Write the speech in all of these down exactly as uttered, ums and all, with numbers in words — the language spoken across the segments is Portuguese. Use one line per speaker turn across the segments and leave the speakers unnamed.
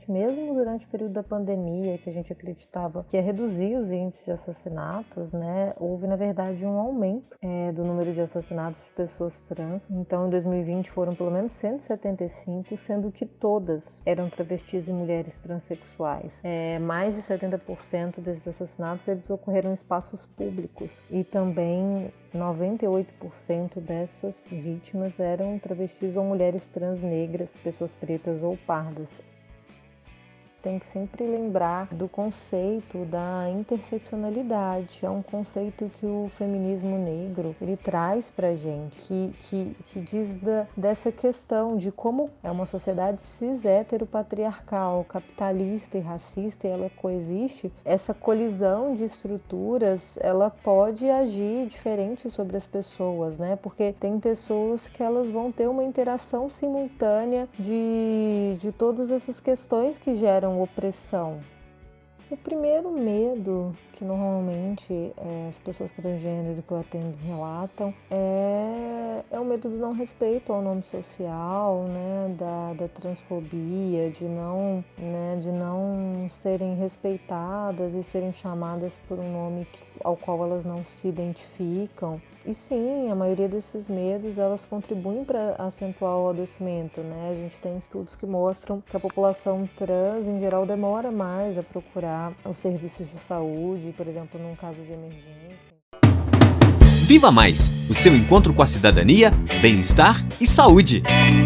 infelizmente, mesmo durante o período da pandemia, que a gente acreditava que ia reduzir os índices de assassinatos, né, houve, na verdade, um aumento é, do número de assassinatos de pessoas trans. Então, em dois mil e vinte, foram pelo menos cento e setenta e cinco, sendo que todas eram travestis e mulheres transexuais. É, mais de setenta por cento desses assassinatos eles ocorreram em espaços públicos e também noventa e oito por cento dessas vítimas eram travestis ou mulheres trans negras, pessoas pretas ou pardas. Tem que sempre lembrar do conceito da interseccionalidade. É um conceito que o feminismo negro ele traz pra gente, que, que, que diz da, dessa questão de como é uma sociedade cis heteropatriarcal, capitalista e racista, e ela coexiste. Essa colisão de estruturas, ela pode agir diferente sobre as pessoas, né? Porque tem pessoas que elas vão ter uma interação simultânea de, de todas essas questões que geram opressão. O primeiro medo que normalmente é, as pessoas transgênero que eu atendo relatam é, é o medo do não respeito ao nome social, né, da, da transfobia, de não, né, de não serem respeitadas e serem chamadas por um nome que, ao qual elas não se identificam. E sim, a maioria desses medos elas contribuem para acentuar o adoecimento, né? A gente tem estudos que mostram que a população trans, em geral, demora mais a procurar os serviços de saúde, por exemplo, num caso de emergência.
Viva Mais, o seu encontro com a cidadania, bem-estar e saúde.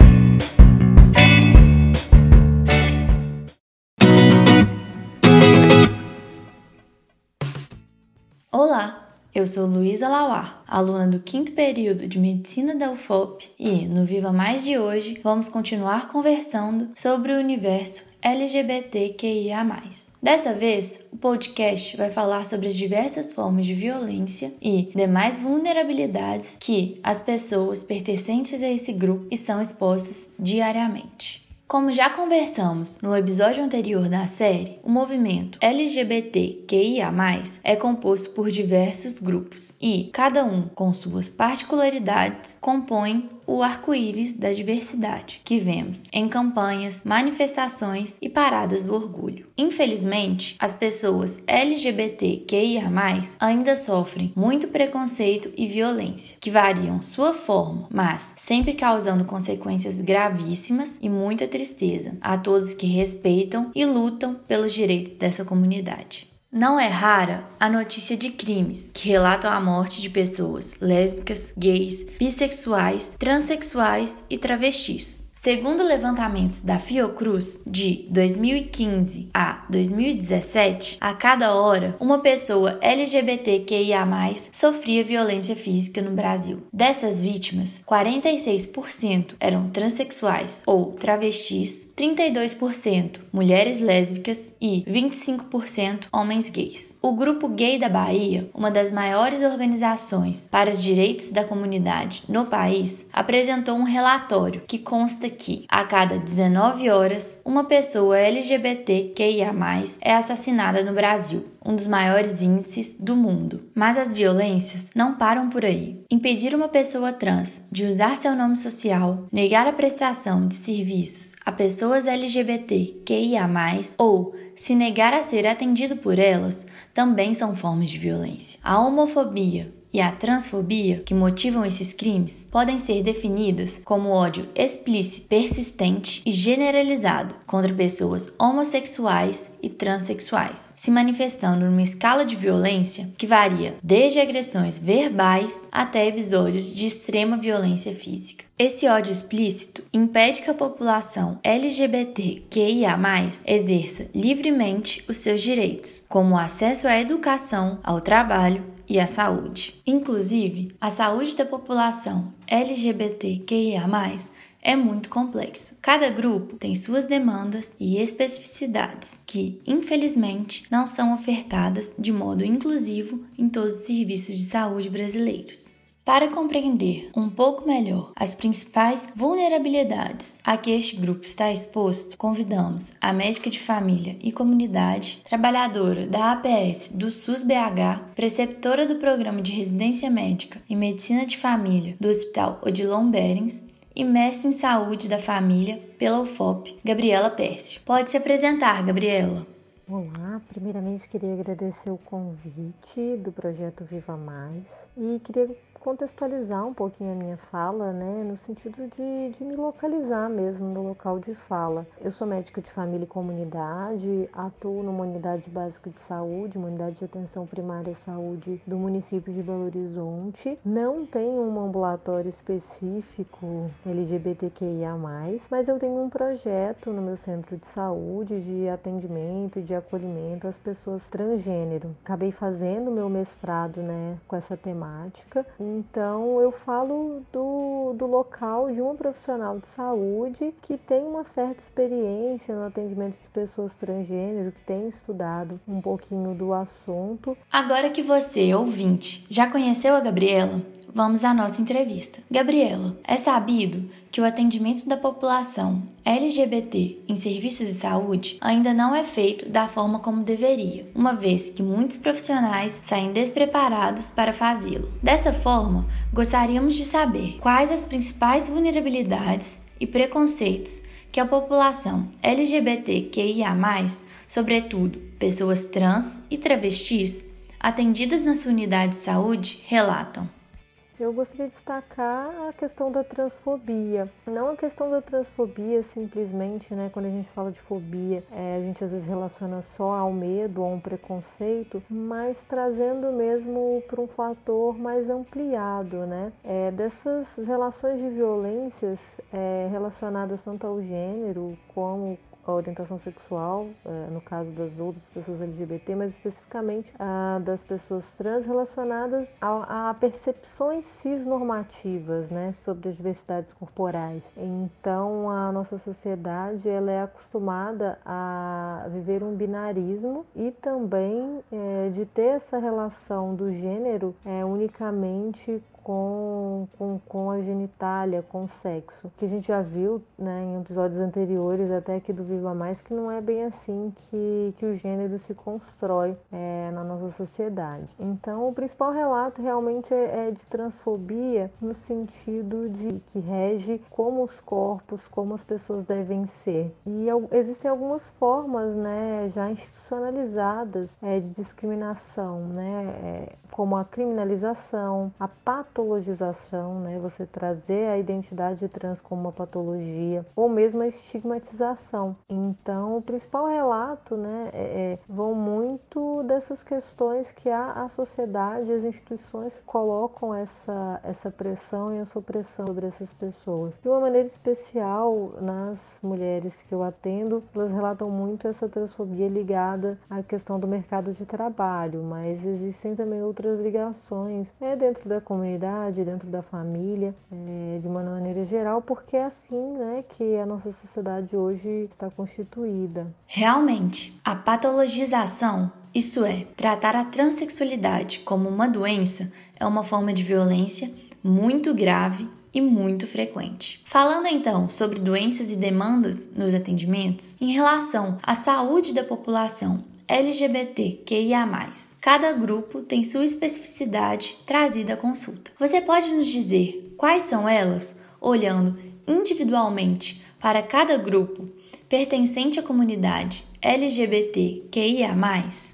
Olá! Eu sou Luísa Lauar, aluna do quinto período de Medicina da U F O P e, no Viva Mais de hoje, vamos continuar conversando sobre o universo L G B T Q I A mais. Dessa vez, o podcast vai falar sobre as diversas formas de violência e demais vulnerabilidades que as pessoas pertencentes a esse grupo estão expostas diariamente. Como já conversamos no episódio anterior da série, o movimento L G B T Q I A mais, é composto por diversos grupos e, cada um com suas particularidades, compõe o arco-íris da diversidade que vemos em campanhas, manifestações e paradas do orgulho. Infelizmente, as pessoas L G B T Q I A mais, ainda sofrem muito preconceito e violência, que variam sua forma, mas sempre causando consequências gravíssimas e muita tristeza a todos que respeitam e lutam pelos direitos dessa comunidade. Não é rara a notícia de crimes que relatam a morte de pessoas lésbicas, gays, bissexuais, transexuais e travestis. Segundo levantamentos da Fiocruz, de dois mil e quinze a dois mil e dezessete, a cada hora, uma pessoa L G B T Q I A mais, sofria violência física no Brasil. Destas vítimas, quarenta e seis por cento eram transexuais ou travestis, trinta e dois por cento mulheres lésbicas e vinte e cinco por cento homens gays. O Grupo Gay da Bahia, uma das maiores organizações para os direitos da comunidade no país, apresentou um relatório que consta que, a cada dezenove horas, uma pessoa L G B T Q I A mais, é assassinada no Brasil, um dos maiores índices do mundo. Mas as violências não param por aí. Impedir uma pessoa trans de usar seu nome social, negar a prestação de serviços a pessoas L G B T Q I A mais, ou se negar a ser atendido por elas, também são formas de violência. A homofobia e a transfobia, que motivam esses crimes, podem ser definidas como ódio explícito, persistente e generalizado contra pessoas homossexuais e transexuais, se manifestando numa escala de violência que varia desde agressões verbais até episódios de extrema violência física. Esse ódio explícito impede que a população L G B T Q I A mais, exerça livremente os seus direitos, como o acesso à educação, ao trabalho e à saúde. Inclusive, a saúde da população L G B T Q I A mais, é muito complexa. Cada grupo tem suas demandas e especificidades que, infelizmente, não são ofertadas de modo inclusivo em todos os serviços de saúde brasileiros. Para compreender um pouco melhor as principais vulnerabilidades a que este grupo está exposto, convidamos a médica de família e comunidade, trabalhadora da A P S do SUS B H, preceptora do Programa de Residência Médica em Medicina de Família do Hospital Odilon Berens e e mestre em saúde da família pela U F O P, Gabriela Pércio. Pode se apresentar, Gabriela.
Olá, primeiramente queria agradecer o convite do projeto Viva Mais e queria contextualizar um pouquinho a minha fala, né, no sentido de, de me localizar mesmo no local de fala. Eu sou médica de família e comunidade, atuo numa unidade básica de saúde, uma unidade de atenção primária à saúde do município de Belo Horizonte. Não tenho um ambulatório específico L G B T Q I A mais, mas eu tenho um projeto no meu centro de saúde de atendimento e de acolhimento às pessoas transgênero. Acabei fazendo meu mestrado, né, com essa temática. Então, eu falo do, do local de uma profissional de saúde que tem uma certa experiência no atendimento de pessoas transgênero, que tem estudado um pouquinho do assunto.
Agora que você, ouvinte, já conheceu a Gabriela, vamos à nossa entrevista. Gabriela, é sabido que o atendimento da população L G B T em serviços de saúde ainda não é feito da forma como deveria, uma vez que muitos profissionais saem despreparados para fazê-lo. Dessa forma, gostaríamos de saber quais as principais vulnerabilidades e preconceitos que a população L G B T Q I A mais, sobretudo pessoas trans e travestis, atendidas na sua unidade de saúde, relatam.
Eu gostaria de destacar a questão da transfobia. Não a questão da transfobia simplesmente, né? Quando a gente fala de fobia, é, a gente às vezes relaciona só ao medo, a um preconceito, mas trazendo mesmo para um fator mais ampliado, né? É, dessas relações de violências é, relacionadas tanto ao gênero como a orientação sexual, no caso das outras pessoas L G B T, mas especificamente a das pessoas trans, relacionadas a, a percepções cisnormativas, né, sobre as diversidades corporais. Então, a nossa sociedade ela é acostumada a viver um binarismo e também é, de ter essa relação do gênero é, unicamente Com, com, com a genitália, com o sexo, que a gente já viu, né, em episódios anteriores até aqui do Viva Mais, que não é bem assim que, que o gênero se constrói é, na nossa sociedade. Então, o principal relato realmente é, é de transfobia no sentido de que rege como os corpos, como as pessoas devem ser. E existem algumas formas, né, já institucionalizadas é, de discriminação, né, é, como a criminalização, a patologização, né, você trazer a identidade trans como uma patologia, ou mesmo a estigmatização. Então, o principal relato, né, é, é, vão muito dessas questões que a, a sociedade, as instituições colocam essa, essa pressão e essa opressão sobre essas pessoas. De uma maneira especial, nas mulheres que eu atendo, elas relatam muito essa transfobia ligada à questão do mercado de trabalho, mas existem também outras outras ligações é, dentro da comunidade, dentro da família, é, de uma maneira geral, porque é assim, né, que a nossa sociedade hoje está constituída.
Realmente, a patologização, isso é, tratar a transexualidade como uma doença, é uma forma de violência muito grave e muito frequente. Falando então sobre doenças e demandas nos atendimentos, em relação à saúde da população L G B T Q I A mais, cada grupo tem sua especificidade trazida à consulta. Você pode nos dizer quais são elas, olhando individualmente para cada grupo pertencente à comunidade L G B T Q I A mais?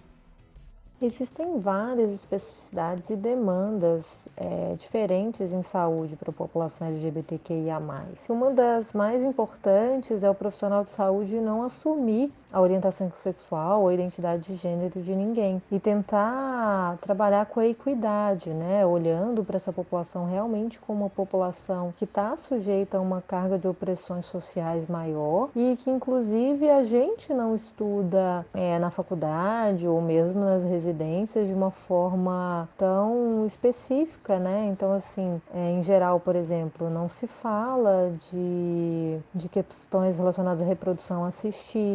Existem várias especificidades e demandas é, diferentes em saúde para a população L G B T Q I A mais. Uma das mais importantes é o profissional de saúde não assumir a orientação sexual ou a identidade de gênero de ninguém e tentar trabalhar com a equidade, né? Olhando para essa população realmente como uma população que está sujeita a uma carga de opressões sociais maior e que inclusive a gente não estuda é, na faculdade ou mesmo nas residências de uma forma tão específica, né? Então, assim, é, em geral, por exemplo, não se fala de, de questões relacionadas à reprodução assistida,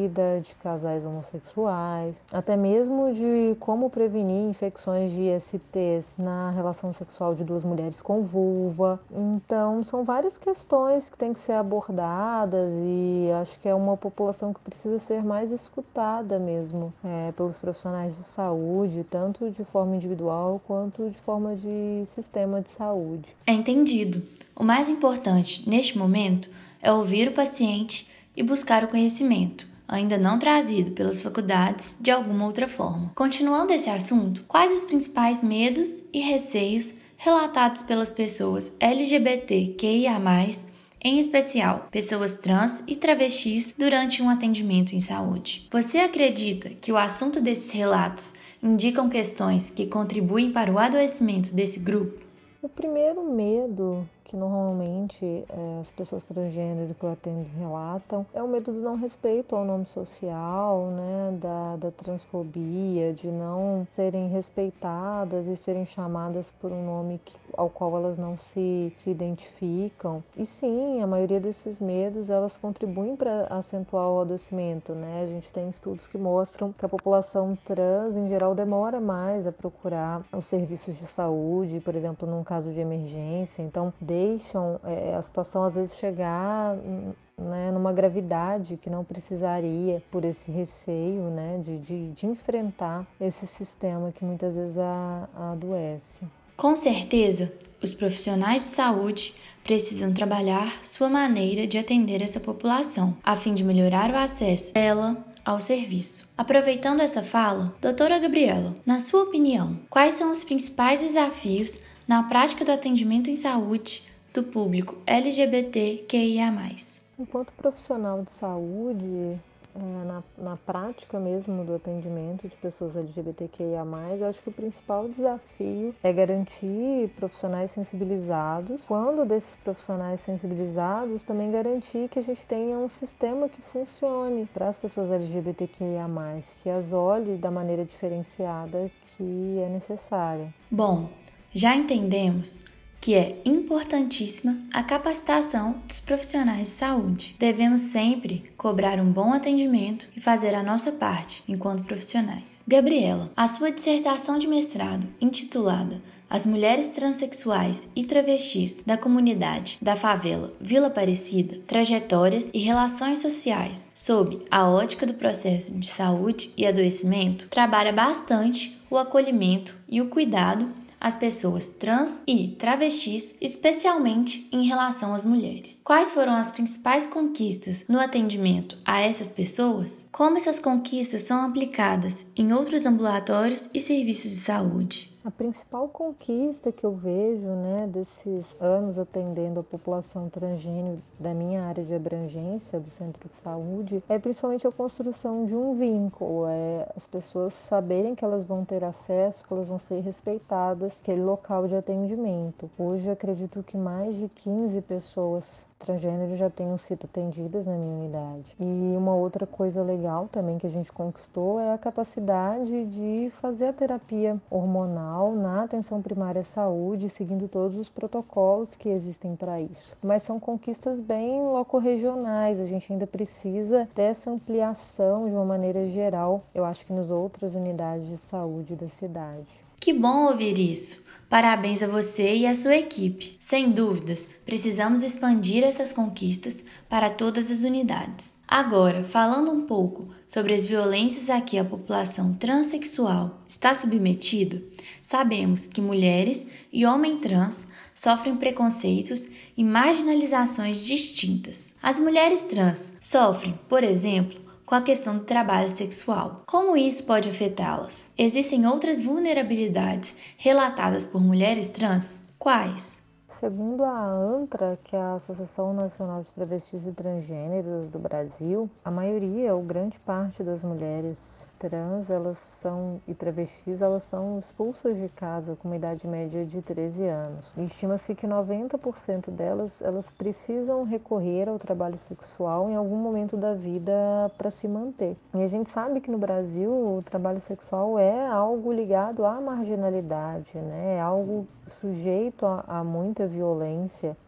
de casais homossexuais, até mesmo de como prevenir infecções de I S Tês na relação sexual de duas mulheres com vulva. Então, são várias questões que têm que ser abordadas e acho que é uma população que precisa ser mais escutada mesmo é, pelos profissionais de saúde, tanto de forma individual quanto de forma de sistema de saúde.
É entendido. O mais importante neste momento é ouvir o paciente e buscar o conhecimento, ainda não trazido pelas faculdades de alguma outra forma. Continuando esse assunto, quais os principais medos e receios relatados pelas pessoas L G B T Q I A mais, em especial pessoas trans e travestis, durante um atendimento em saúde? Você acredita que o assunto desses relatos indicam questões que contribuem para o adoecimento desse grupo?
O primeiro medo que normalmente é, as pessoas transgênero que eu atendo relatam é o medo do não respeito ao nome social, né, da, da transfobia, de não serem respeitadas e serem chamadas por um nome que, ao qual elas não se, se identificam. E sim, a maioria desses medos elas contribuem para acentuar o adoecimento, né? A gente tem estudos que mostram que a população trans em geral demora mais a procurar os serviços de saúde, por exemplo, num caso de emergência, então deixam é, a situação às vezes chegar, né, numa gravidade que não precisaria, por esse receio, né, de, de, de enfrentar esse sistema que muitas vezes a, a adoece.
Com certeza, os profissionais de saúde precisam trabalhar sua maneira de atender essa população, a fim de melhorar o acesso dela ao serviço. Aproveitando essa fala, doutora Gabriela, na sua opinião, quais são os principais desafios na prática do atendimento em saúde do público L G B T Q I A mais?
Enquanto profissional de saúde, é, na, na prática mesmo do atendimento de pessoas L G B T Q I A mais, eu acho que o principal desafio é garantir profissionais sensibilizados. Quando desses profissionais sensibilizados, também garantir que a gente tenha um sistema que funcione para as pessoas L G B T Q I A mais, que as olhe da maneira diferenciada que é necessária.
Bom, já entendemos que é importantíssima a capacitação dos profissionais de saúde. Devemos sempre cobrar um bom atendimento e fazer a nossa parte enquanto profissionais. Gabriela, a sua dissertação de mestrado, intitulada As Mulheres Transsexuais e Travestis da Comunidade da Favela Vila Aparecida, Trajetórias e Relações Sociais, sob a ótica do processo de saúde e adoecimento, trabalha bastante o acolhimento e o cuidado às pessoas trans e travestis, especialmente em relação às mulheres. Quais foram as principais conquistas no atendimento a essas pessoas? Como essas conquistas são aplicadas em outros ambulatórios e serviços de saúde?
A principal conquista que eu vejo, né, desses anos atendendo a população transgênero da minha área de abrangência do centro de saúde é principalmente a construção de um vínculo, é as pessoas saberem que elas vão ter acesso, que elas vão ser respeitadas naquele local de atendimento. Hoje eu acredito que mais de quinze pessoas transgênero já tenham sido atendidas na minha unidade. E uma outra coisa legal também que a gente conquistou é a capacidade de fazer a terapia hormonal na atenção primária à saúde, seguindo todos os protocolos que existem para isso. Mas são conquistas bem locorregionais, a gente ainda precisa dessa ampliação de uma maneira geral, eu acho que nas outras unidades de saúde da cidade.
Que bom ouvir isso! Parabéns a você e a sua equipe. Sem dúvidas, precisamos expandir essas conquistas para todas as unidades. Agora, falando um pouco sobre as violências a que a população transexual está submetida, sabemos que mulheres e homens trans sofrem preconceitos e marginalizações distintas. As mulheres trans sofrem, por exemplo, com a questão do trabalho sexual. Como isso pode afetá-las? Existem outras vulnerabilidades relatadas por mulheres trans? Quais?
Segundo a ANTRA, que é a Associação Nacional de Travestis e Transgêneros do Brasil, a maioria ou grande parte das mulheres trans elas são, e travestis elas são expulsas de casa com uma idade média de treze anos. E estima-se que noventa por cento delas elas precisam recorrer ao trabalho sexual em algum momento da vida para se manter. E a gente sabe que no Brasil o trabalho sexual é algo ligado à marginalidade, né? É algo sujeito a, a muita violência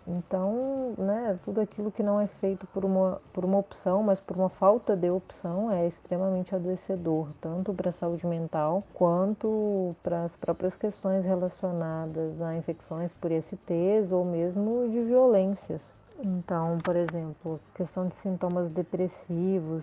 Então, né, tudo aquilo que não é feito por uma, por uma opção, mas por uma falta de opção, é extremamente adoecedor, tanto para a saúde mental quanto para as próprias questões relacionadas a infecções por I S Ts ou mesmo de violências. Então, por exemplo, questão de sintomas depressivos,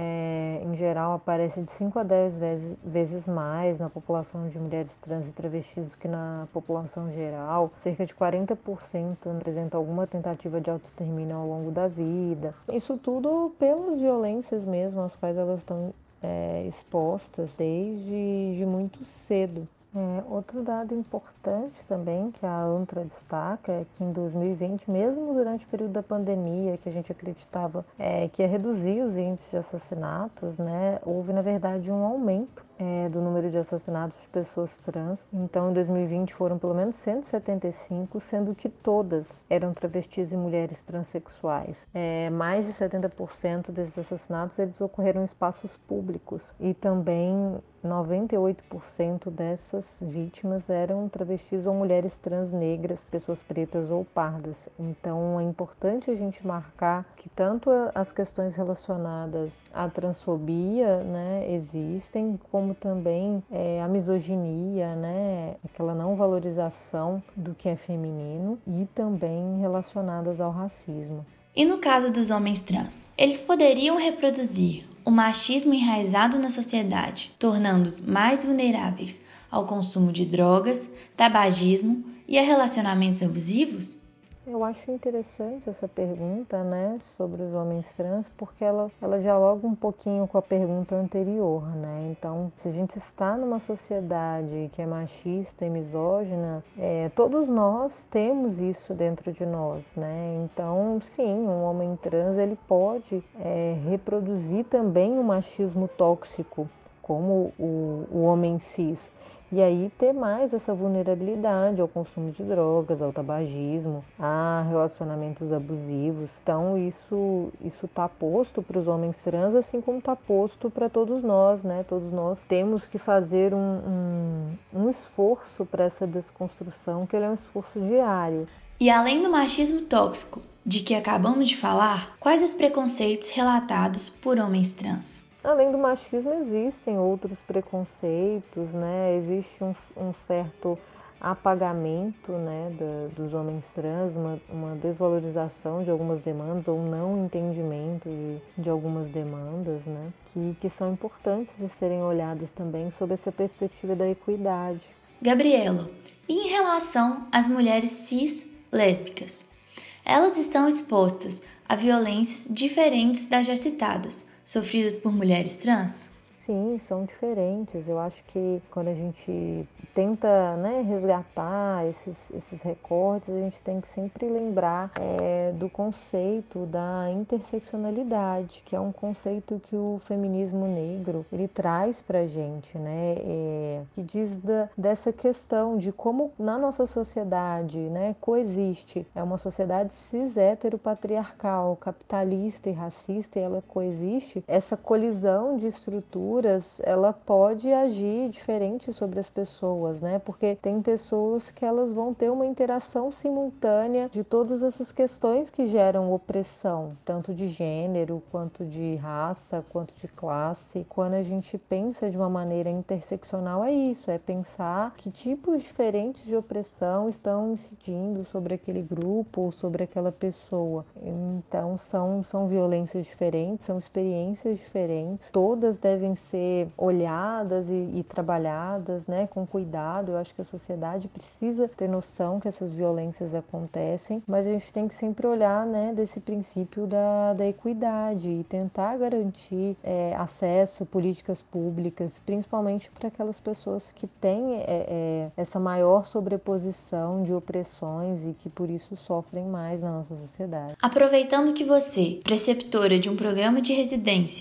é, em geral aparece de cinco a dez vezes, vezes mais na população de mulheres trans e travestis do que na população geral. Cerca de quarenta por cento apresentam alguma tentativa de autoextermínio ao longo da vida. Isso tudo pelas violências mesmo, às quais elas estão é, expostas desde de muito cedo. É, outro dado importante também que a ANTRA destaca é que em dois mil e vinte, mesmo durante o período da pandemia, que a gente acreditava é, que ia reduzir os índices de assassinatos, né, houve na verdade um aumento é, do número de assassinatos de pessoas trans. Então em dois mil e vinte foram pelo menos cento e setenta e cinco, sendo que todas eram travestis e mulheres transexuais. É, mais de setenta por cento desses assassinatos eles ocorreram em espaços públicos e também noventa e oito por cento dessas vítimas eram travestis ou mulheres trans negras, pessoas pretas ou pardas. Então é importante a gente marcar que tanto as questões relacionadas à transfobia, né, existem, como também é, a misoginia, né, aquela não valorização do que é feminino, e também relacionadas ao racismo.
E no caso dos homens trans, eles poderiam reproduzir o machismo enraizado na sociedade, tornando-os mais vulneráveis ao consumo de drogas, tabagismo e a relacionamentos abusivos?
Eu acho interessante essa pergunta, né, sobre os homens trans, porque ela, ela dialoga um pouquinho com a pergunta anterior, né? Então, se a gente está numa sociedade que é machista e misógina, é, todos nós temos isso dentro de nós, né? Então, sim, um homem trans, ele pode é, reproduzir também o machismo tóxico, como o, o homem cis. E aí ter mais essa vulnerabilidade ao consumo de drogas, ao tabagismo, a relacionamentos abusivos. Então isso isso está posto para os homens trans, assim como está posto para todos nós, né? Todos nós temos que fazer um, um, um esforço para essa desconstrução, que ele é um esforço diário.
E além do machismo tóxico, de que acabamos de falar, quais os preconceitos relatados por homens trans?
Além do machismo, existem outros preconceitos, né? Existe um, um certo apagamento, né, da, dos homens trans, uma, uma desvalorização de algumas demandas ou não entendimento de, de algumas demandas, né, que, que são importantes de serem olhadas também sob essa perspectiva da equidade.
Gabriela, e em relação às mulheres cis lésbicas? Elas estão expostas a violências diferentes das já citadas, sofridas por mulheres trans?
Sim, são diferentes. Eu acho que quando a gente tenta, né, resgatar esses, esses recortes, a gente tem que sempre lembrar é, do conceito da interseccionalidade, que é um conceito que o feminismo negro ele traz pra gente, né, é, que diz da, dessa questão de como na nossa sociedade, né, coexiste. É uma sociedade cis heteropatriarcal, capitalista e racista, e ela coexiste. Essa colisão de estruturas ela pode agir diferente sobre as pessoas, né? Porque tem pessoas que elas vão ter uma interação simultânea de todas essas questões que geram opressão, tanto de gênero, quanto de raça, quanto de classe. Quando a gente pensa de uma maneira interseccional, é isso, é pensar que tipos diferentes de opressão estão incidindo sobre aquele grupo ou sobre aquela pessoa. Então, são, são violências diferentes, são experiências diferentes, todas devem ser olhadas e, e trabalhadas, né, com cuidado. Eu acho que a sociedade precisa ter noção que essas violências acontecem, mas a gente tem que sempre olhar, né, desse princípio da, da equidade e tentar garantir é, acesso, políticas públicas, principalmente para aquelas pessoas que têm é, é, essa maior sobreposição de opressões e que por isso sofrem mais na nossa sociedade.
Aproveitando que você, preceptora de um programa de residência,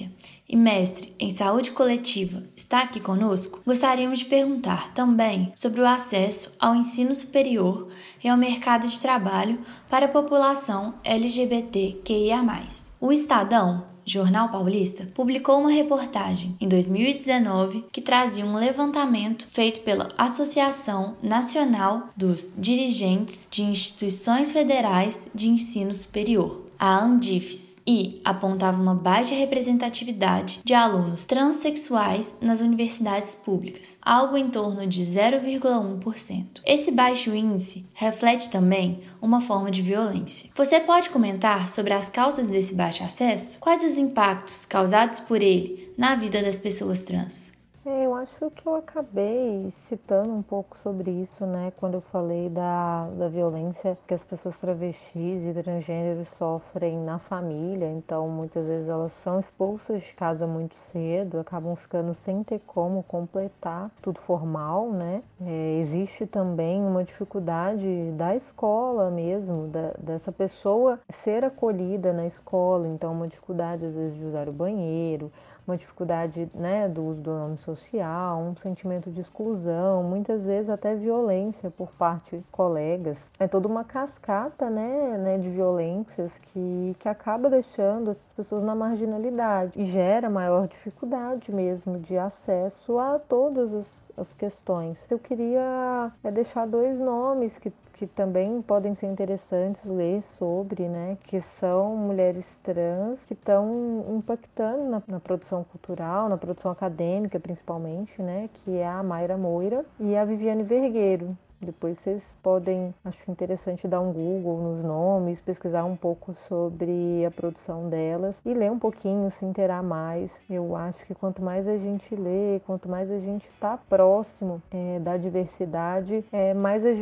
e mestre em saúde coletiva, está aqui conosco, gostaríamos de perguntar também sobre o acesso ao ensino superior e ao mercado de trabalho para a população L G B T Q I A mais. O Estadão, Jornal Paulista, publicou uma reportagem em dois mil e dezenove que trazia um levantamento feito pela Associação Nacional dos Dirigentes de Instituições Federais de Ensino Superior, a ANDIFES, e apontava uma baixa representatividade de alunos transexuais nas universidades públicas, algo em torno de zero vírgula um por cento. Esse baixo índice reflete também uma forma de violência. Você pode comentar sobre as causas desse baixo acesso? Quais os impactos causados por ele na vida das pessoas trans?
Eu acho que eu acabei citando um pouco sobre isso, né, quando eu falei da, da violência que as pessoas travestis e transgêneros sofrem na família. Então, muitas vezes elas são expulsas de casa muito cedo, acabam ficando sem ter como completar tudo formal, né. É, existe também uma dificuldade da escola mesmo, da, dessa pessoa ser acolhida na escola. Então, uma dificuldade às vezes de usar o banheiro, uma dificuldade, né, do uso do nome social, um sentimento de exclusão, muitas vezes até violência por parte de colegas. É toda uma cascata, né, né, de violências que, que acaba deixando essas pessoas na marginalidade e gera maior dificuldade mesmo de acesso a todas as, as questões. Eu queria é, deixar dois nomes que que também podem ser interessantes ler sobre, né, que são mulheres trans que estão impactando na, na produção cultural, na produção acadêmica principalmente, né, que é a Mayra Moira e a Viviane Vergueiro. Depois vocês podem, acho interessante dar um Google nos nomes, pesquisar um pouco sobre a produção delas e ler um pouquinho, se inteirar mais. Eu acho que quanto mais a gente lê, quanto mais a gente está próximo é, da diversidade, é, mais a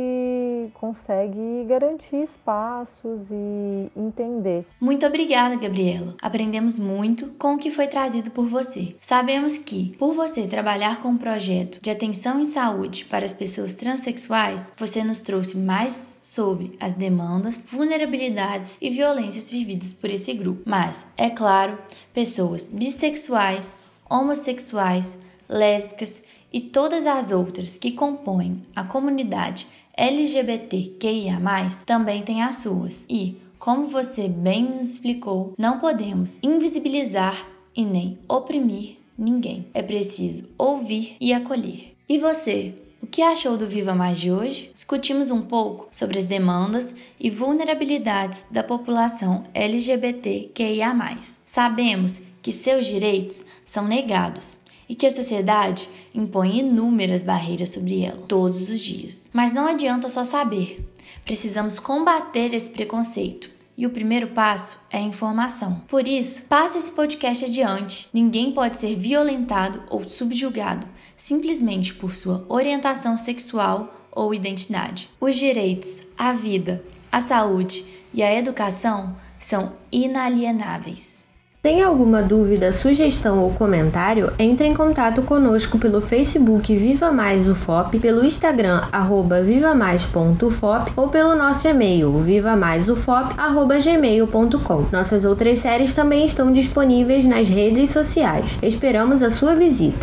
gente consegue garantir espaços e entender.
Muito obrigada, Gabriela. Aprendemos muito com o que foi trazido por você. Sabemos que, por você trabalhar com um projeto de atenção em saúde para as pessoas trans sexuais, você nos trouxe mais sobre as demandas, vulnerabilidades e violências vividas por esse grupo. Mas, é claro, pessoas bissexuais, homossexuais, lésbicas e todas as outras que compõem a comunidade L G B T Q I A mais, também têm as suas. E, como você bem nos explicou, não podemos invisibilizar e nem oprimir ninguém. É preciso ouvir e acolher. E você? O que achou do Viva Mais de hoje? Discutimos um pouco sobre as demandas e vulnerabilidades da população L G B T Q I A mais. Sabemos que seus direitos são negados e que a sociedade impõe inúmeras barreiras sobre ela todos os dias. Mas não adianta só saber. Precisamos combater esse preconceito. E o primeiro passo é a informação. Por isso, passe esse podcast adiante. Ninguém pode ser violentado ou subjugado simplesmente por sua orientação sexual ou identidade. Os direitos à vida, à saúde e à educação são inalienáveis.
Tem alguma dúvida, sugestão ou comentário? Entre em contato conosco pelo Facebook Viva Mais U F O P, pelo Instagram arroba viva mais ponto u f o p ou pelo nosso e-mail viva mais u f o p arroba gmail ponto com. Nossas outras séries também estão disponíveis nas redes sociais. Esperamos a sua visita.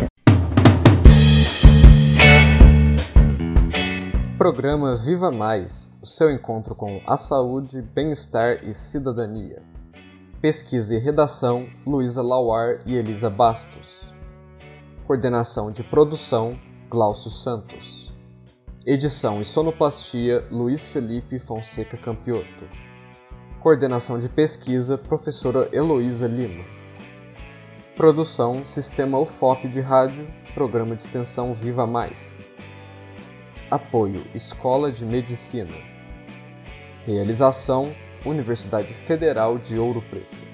Programa Viva Mais, o seu encontro com a saúde, bem-estar e cidadania. Pesquisa e redação, Luísa Lauar e Elisa Bastos. Coordenação de produção, Glaucio Santos. Edição e sonoplastia, Luiz Felipe Fonseca Campioto. Coordenação de pesquisa, professora Heloísa Lima. Produção, Sistema U F O P de Rádio, Programa de Extensão Viva Mais. Apoio, Escola de Medicina. Realização, Universidade Federal de Ouro Preto.